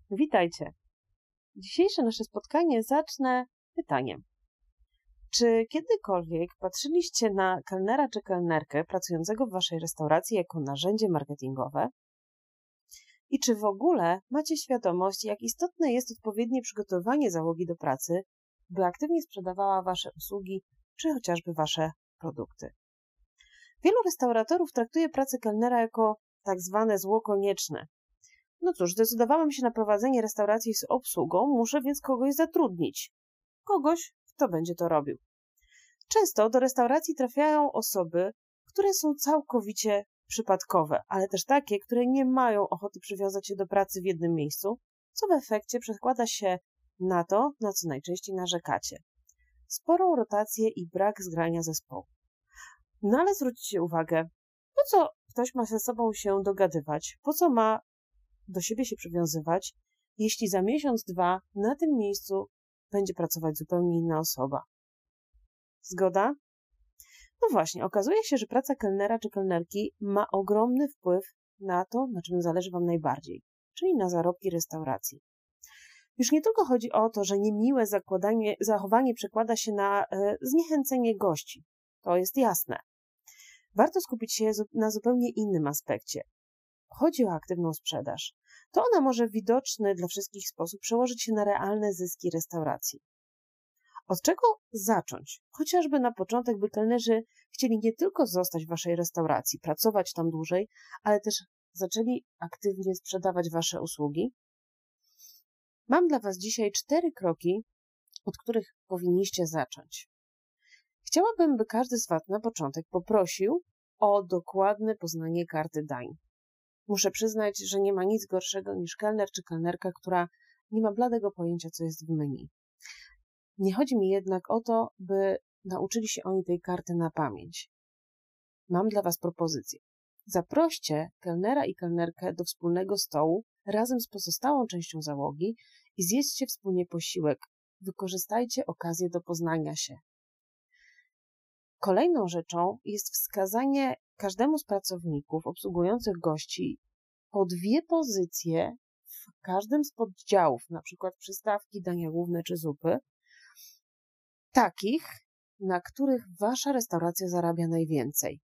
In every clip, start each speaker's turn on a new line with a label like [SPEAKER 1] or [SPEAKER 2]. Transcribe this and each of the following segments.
[SPEAKER 1] Witajcie. Dzisiejsze nasze spotkanie zacznę pytaniem. Czy kiedykolwiek patrzyliście na kelnera czy kelnerkę pracującego w waszej restauracji jako narzędzie marketingowe? I czy w ogóle macie świadomość, jak istotne jest odpowiednie przygotowanie załogi do pracy, by aktywnie sprzedawała wasze usługi czy chociażby wasze produkty? Wielu restauratorów traktuje pracę kelnera jako tak zwane zło konieczne. No cóż, zdecydowałam się na prowadzenie restauracji z obsługą, muszę więc kogoś zatrudnić. Kogoś, kto będzie to robił. Często do restauracji trafiają osoby, które są całkowicie przypadkowe, ale też takie, które nie mają ochoty przywiązać się do pracy w jednym miejscu, co w efekcie przekłada się na to, na co najczęściej narzekacie. Sporą rotację i brak zgrania zespołu. No ale zwróćcie uwagę, po co ktoś ma ze sobą się dogadywać, po co ma do siebie się przywiązywać, jeśli za miesiąc, dwa na tym miejscu będzie pracować zupełnie inna osoba. Zgoda? No właśnie, okazuje się, że praca kelnera czy kelnerki ma ogromny wpływ na to, na czym zależy wam najbardziej, czyli na zarobki restauracji. Już nie tylko chodzi o to, że niemiłe zachowanie przekłada się na zniechęcenie gości. To jest jasne. Warto skupić się na zupełnie innym aspekcie. Chodzi o aktywną sprzedaż. To ona może w widoczny dla wszystkich sposób przełożyć się na realne zyski restauracji. Od czego zacząć? Chociażby na początek, by kelnerzy chcieli nie tylko zostać w waszej restauracji, pracować tam dłużej, ale też zaczęli aktywnie sprzedawać wasze usługi. Mam dla was dzisiaj 4 kroki, od których powinniście zacząć. Chciałabym, by każdy z was na początek poprosił o dokładne poznanie karty dań. Muszę przyznać, że nie ma nic gorszego niż kelner czy kelnerka, która nie ma bladego pojęcia, co jest w menu. Nie chodzi mi jednak o to, by nauczyli się oni tej karty na pamięć. Mam dla was propozycję. Zaproście kelnera i kelnerkę do wspólnego stołu razem z pozostałą częścią załogi i zjedzcie wspólnie posiłek. Wykorzystajcie okazję do poznania się. Kolejną rzeczą jest wskazanie każdemu z pracowników obsługujących gości po 2 pozycje w każdym z poddziałów, na przykład przystawki, dania główne czy zupy, takich, na których wasza restauracja zarabia najwięcej.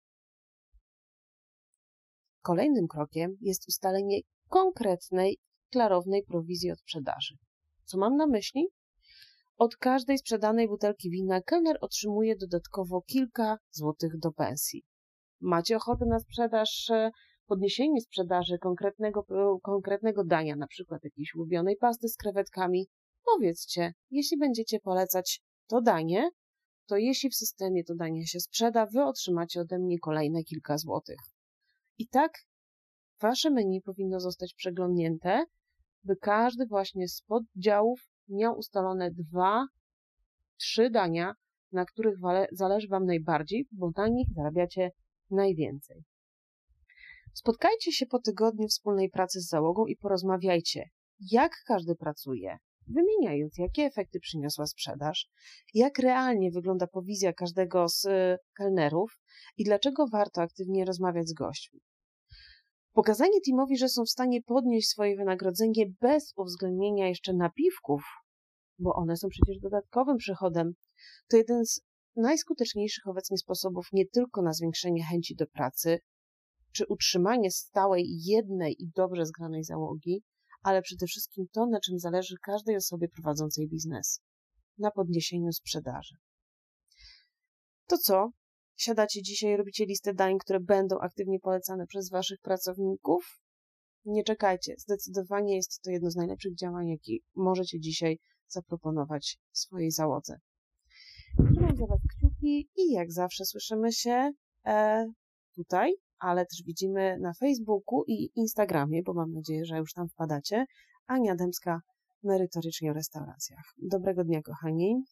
[SPEAKER 1] Kolejnym krokiem jest ustalenie konkretnej, klarownej prowizji od sprzedaży. Co mam na myśli? Od każdej sprzedanej butelki wina kelner otrzymuje dodatkowo kilka złotych do pensji. Macie ochotę na sprzedaż, podniesienie sprzedaży konkretnego dania, na przykład jakiejś ulubionej pasty z krewetkami? Powiedzcie, jeśli będziecie polecać to danie, to jeśli w systemie to danie się sprzeda, wy otrzymacie ode mnie kolejne kilka złotych. I tak wasze menu powinno zostać przeglądnięte, by każdy właśnie z poddziałów miał ustalone 2-3 dania, na których zależy wam najbardziej, bo na nich zarabiacie najwięcej. Spotkajcie się po tygodniu wspólnej pracy z załogą i porozmawiajcie, jak każdy pracuje, wymieniając, jakie efekty przyniosła sprzedaż, jak realnie wygląda prowizja każdego z kelnerów i dlaczego warto aktywnie rozmawiać z gośćmi. Pokazanie teamowi, że są w stanie podnieść swoje wynagrodzenie bez uwzględnienia jeszcze napiwków, bo one są przecież dodatkowym przychodem, to jeden z najskuteczniejszych obecnie sposobów nie tylko na zwiększenie chęci do pracy, czy utrzymanie stałej, jednej i dobrze zgranej załogi, ale przede wszystkim to, na czym zależy każdej osobie prowadzącej biznes. Na podniesieniu sprzedaży. To co? Siadacie dzisiaj, robicie listę dań, które będą aktywnie polecane przez waszych pracowników? Nie czekajcie. Zdecydowanie jest to jedno z najlepszych działań, jakie możecie dzisiaj zaproponować swojej załodze. Trzymam za was kciuki i jak zawsze słyszymy się tutaj, ale też widzimy na Facebooku i Instagramie, bo mam nadzieję, że już tam wpadacie. Ania Dębska, merytorycznie o restauracjach. Dobrego dnia, kochani.